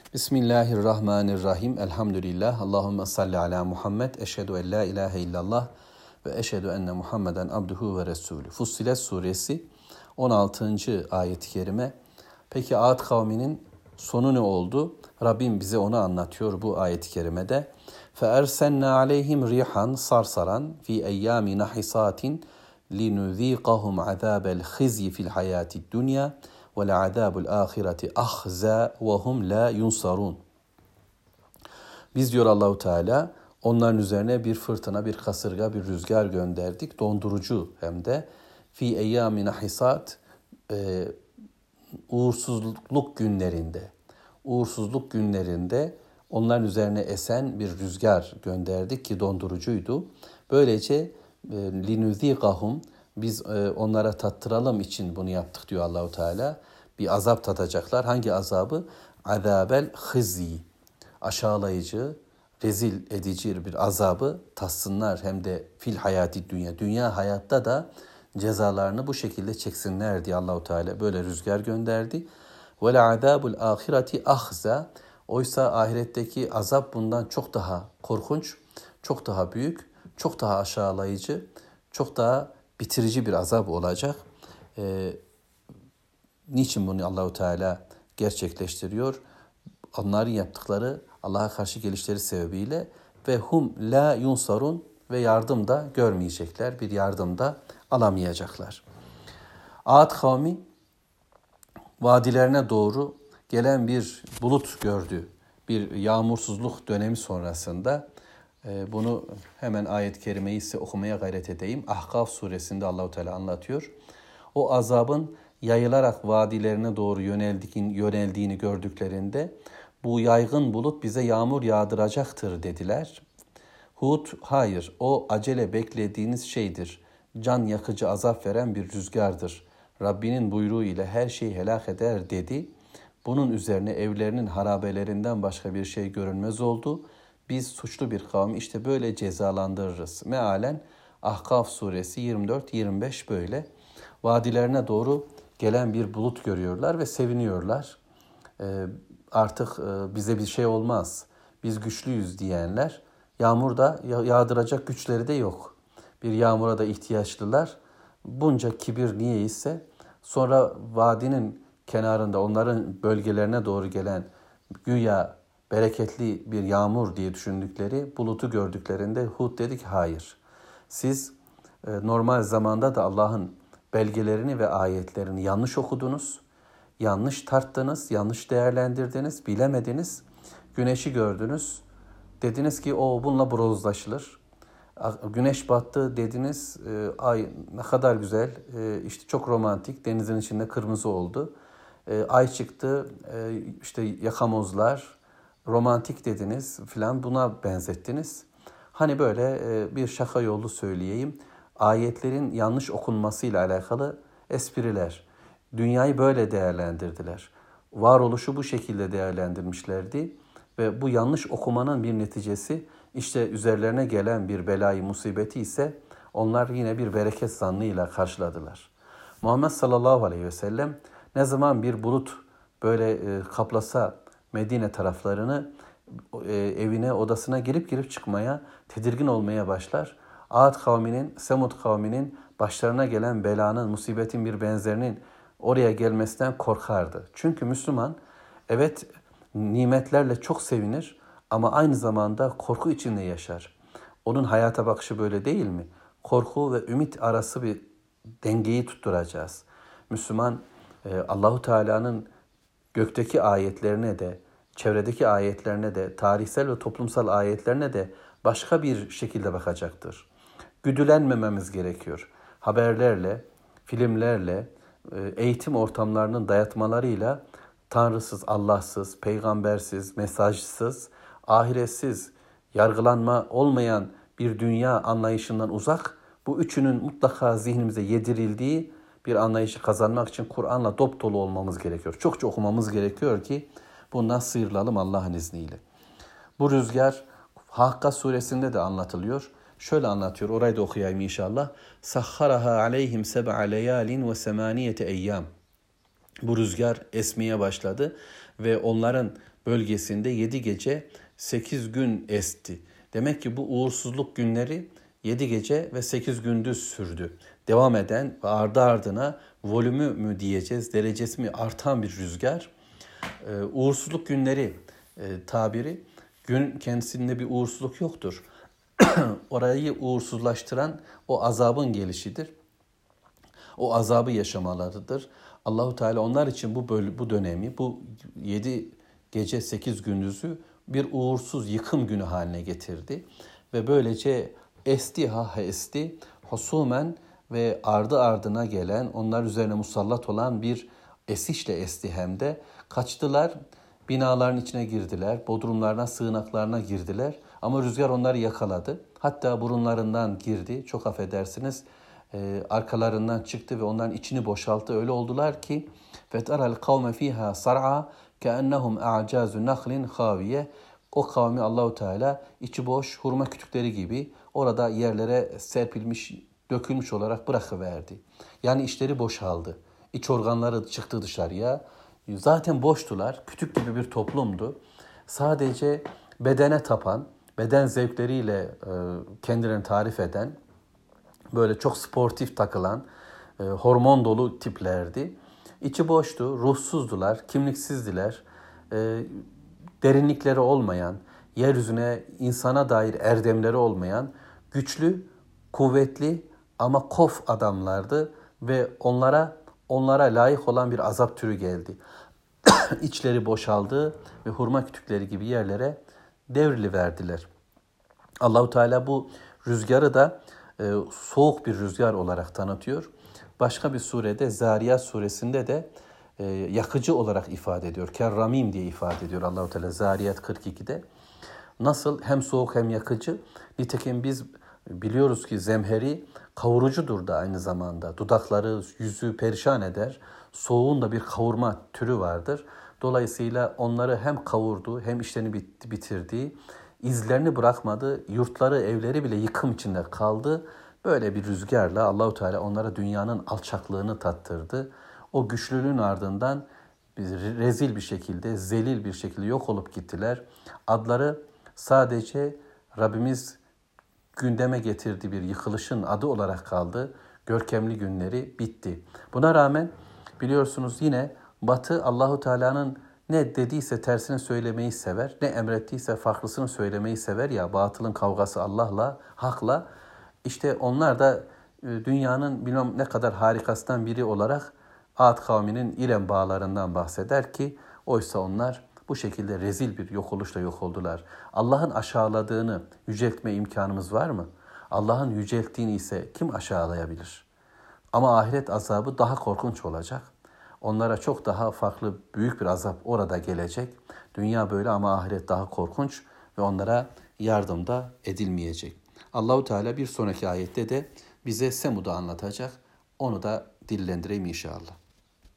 Bismillahirrahmanirrahim. Elhamdülillah. Allahümme salli ala Muhammed. Eşhedü en la ilahe illallah ve eşhedü enne Muhammeden abduhu ve resulü. Fussilet suresi 16. ayet-i kerime. Peki Ad kavminin sonu ne oldu? Rabbim bize onu anlatıyor bu ayet-i kerimede. فَاَرْسَلْنَا عَلَيْهِمْ رِيحًا صَرْصَرًا فِي اَيَّامِ نَحِسَاتٍ لِنُذ۪يقَهُمْ عَذَابَ الْخِزْيِ فِي الْحَيَاةِ الدُّنْيَا وَلَعَذَابُ الْآخِرَةِ أَخْزَى وَهُمْ لَا يُنْصَرُونَ. Biz diyor Allahu Teala onların üzerine bir fırtına, bir kasırga, bir rüzgar gönderdik. Dondurucu hem de. Fi eyyâmi nahisat, uğursuzluk günlerinde onların üzerine esen bir rüzgar gönderdik ki dondurucuydu. Böylece linuzîgahum, biz onlara tattıralım için bunu yaptık diyor Allahu Teala. Bir azap tadacaklar. Hangi azabı? Azabel hizyi. Aşağılayıcı, rezil edici bir azabı tatsınlar, hem de fil hayati dünya. Dünya hayatta da cezalarını bu şekilde çeksinler diye Allahu Teala böyle rüzgar gönderdi. Ve la azabul ahireti ahza. Oysa ahiretteki azap bundan çok daha korkunç, çok daha büyük, çok daha aşağılayıcı, çok daha bitirici bir azap olacak. Niçin bunu Allahu Teala gerçekleştiriyor? Onların yaptıkları Allah'a karşı gelişleri sebebiyle ve hum la yunsarun, ve yardım da görmeyecekler, bir yardım da alamayacaklar. Ad kavmi vadilerine doğru gelen bir bulut gördü. Bir yağmursuzluk dönemi sonrasında bunu hemen ayet-i kerimeyi size okumaya gayret edeyim. Ahkaf suresinde Allahu Teala anlatıyor. O azabın yayılarak vadilerine doğru yöneldiğini gördüklerinde bu yaygın bulut bize yağmur yağdıracaktır dediler. Hud, hayır, o acele beklediğiniz şeydir. Can yakıcı azap veren bir rüzgardır. Rabbinin buyruğu ile her şeyi helak eder dedi. Bunun üzerine evlerinin harabelerinden başka bir şey görünmez oldu. Biz suçlu bir kavmi işte böyle cezalandırırız. Mealen Ahkaf suresi 24-25 böyle. Vadilerine doğru gelen bir bulut görüyorlar ve seviniyorlar. Artık bize bir şey olmaz, biz güçlüyüz diyenler, yağmur da yağdıracak güçleri de yok. Bir yağmura da ihtiyaçlılar. Bunca kibir niye ise sonra vadinin kenarında onların bölgelerine doğru gelen güya bereketli bir yağmur diye düşündükleri bulutu gördüklerinde Hud dedi ki hayır. Siz normal zamanda da Allah'ın belgelerini ve ayetlerini yanlış okudunuz, yanlış tarttınız, yanlış değerlendirdiniz, bilemediniz. Güneşi gördünüz, dediniz ki o bununla bronzlaşılır. Güneş battı dediniz, ay ne kadar güzel, işte çok romantik, denizin içinde kırmızı oldu. Ay çıktı, işte yakamozlar, romantik dediniz filan, buna benzettiniz. Hani böyle bir şaka yolu söyleyeyim. Ayetlerin yanlış okunmasıyla alakalı espriler. Dünyayı böyle değerlendirdiler. Varoluşu bu şekilde değerlendirmişlerdi. Ve bu yanlış okumanın bir neticesi işte üzerlerine gelen bir belayı, musibeti ise onlar yine bir bereket zannıyla karşıladılar. Muhammed sallallahu aleyhi ve sellem ne zaman bir bulut böyle kaplasa Medine taraflarını, evine, odasına girip çıkmaya, tedirgin olmaya başlar. Ad kavminin, Semud kavminin başlarına gelen belanın, musibetin bir benzerinin oraya gelmesinden korkardı. Çünkü Müslüman evet nimetlerle çok sevinir ama aynı zamanda korku içinde yaşar. Onun hayata bakışı böyle değil mi? Korku ve ümit arası bir dengeyi tutturacağız. Müslüman Allahu Teala'nın gökteki ayetlerine de, çevredeki ayetlerine de, tarihsel ve toplumsal ayetlerine de başka bir şekilde bakacaktır. Güdülenmememiz gerekiyor. Haberlerle, filmlerle, eğitim ortamlarının dayatmalarıyla tanrısız, Allahsız, peygambersiz, mesajsız, ahiretsiz, yargılanma olmayan bir dünya anlayışından uzak, bu üçünün mutlaka zihnimize yedirildiği bir anlayışı kazanmak için Kur'an'la dop dolu olmamız gerekiyor. Çokça okumamız gerekiyor ki bundan sıyrılalım Allah'ın izniyle. Bu rüzgar Hakka suresinde de anlatılıyor. Şöyle anlatıyor, orayı da okuyayım inşallah. Sahharaha aleyhim seb'a leyalin ve semaniyete eyyam. Bu rüzgar esmeye başladı ve onların bölgesinde 7 gece 8 gün esti. Demek ki bu uğursuzluk günleri 7 gece ve 8 gündüz sürdü. Devam eden ve ardı ardına volümü mü diyeceğiz, derecesi mi artan bir rüzgar. Uğursuzluk günleri tabiri, gün kendisinde bir uğursuzluk yoktur. Orayı uğursuzlaştıran o azabın gelişidir. O azabı yaşamalarıdır. Allahu Teala onlar için bu dönemi, bu 7 gece 8 gündüzü bir uğursuz yıkım günü haline getirdi. Ve böylece esti, husumen ve ardı ardına gelen, onlar üzerine musallat olan bir esişle esti hem de. Kaçtılar, binaların içine girdiler, bodrumlarına, sığınaklarına girdiler. Ama rüzgar onları yakaladı. Hatta burunlarından girdi, çok affedersiniz, arkalarından çıktı ve onların içini boşalttı. Öyle oldular ki فَتَرَى الْقَوْمَ ف۪يهَا صَرْعًا كَأَنَّهُمْ اَعْجَازُ نَخْلٍ خَاوِيَةٍ. O kavmi Allahu Teala içi boş hurma kütükleri gibi orada yerlere serpilmiş, dökülmüş olarak bırakıverdi. Yani içleri boşaldı. İç organları çıktı dışarıya. Zaten boştular. Kütük gibi bir toplumdu. Sadece bedene tapan, beden zevkleriyle kendilerini tarif eden, böyle çok sportif takılan, hormon dolu tiplerdi. İçi boştu, ruhsuzdular, kimliksizdiler. Derinlikleri olmayan, yeryüzüne, insana dair erdemleri olmayan, güçlü, kuvvetli ama kof adamlardı ve onlara layık olan bir azap türü geldi. İçleri boşaldı ve hurma kütükleri gibi yerlere devriliverdiler. Allahu Teala bu rüzgarı da soğuk bir rüzgar olarak tanıtıyor. Başka bir surede, Zariyat suresinde de yakıcı olarak ifade ediyor. Kerramim diye ifade ediyor Allahu Teala Zariyat 42'de. Nasıl hem soğuk hem yakıcı. Nitekim biz biliyoruz ki zemheri kavurucudur da aynı zamanda. Dudakları, yüzü perişan eder. Soğuğun da bir kavurma türü vardır. Dolayısıyla onları hem kavurdu hem işlerini bitirdi. İzlerini bırakmadı. Yurtları, evleri bile yıkım içinde kaldı. Böyle bir rüzgarla Allahu Teala onlara dünyanın alçaklığını tattırdı. O güçlülüğün ardından rezil bir şekilde, zelil bir şekilde yok olup gittiler. Adları sadece Rabbimiz gündeme getirdiği bir yıkılışın adı olarak kaldı. Görkemli günleri bitti. Buna rağmen biliyorsunuz yine Batı Allahu Teala'nın ne dediyse tersini söylemeyi sever, ne emrettiyse farklısını söylemeyi sever ya, batılın kavgası Allah'la, hakla. İşte onlar da dünyanın bilmem ne kadar harikasından biri olarak Ad kavminin İrem bağlarından bahseder ki oysa onlar bu şekilde rezil bir yok oluşla yok oldular. Allah'ın aşağıladığını yüceltme imkanımız var mı? Allah'ın yücelttiğini ise kim aşağılayabilir? Ama ahiret azabı daha korkunç olacak. Onlara çok daha farklı büyük bir azap orada gelecek. Dünya böyle ama ahiret daha korkunç ve onlara yardım da edilmeyecek. Allahu Teala bir sonraki ayette de bize Semud'u anlatacak. Onu da dillendireyim inşallah.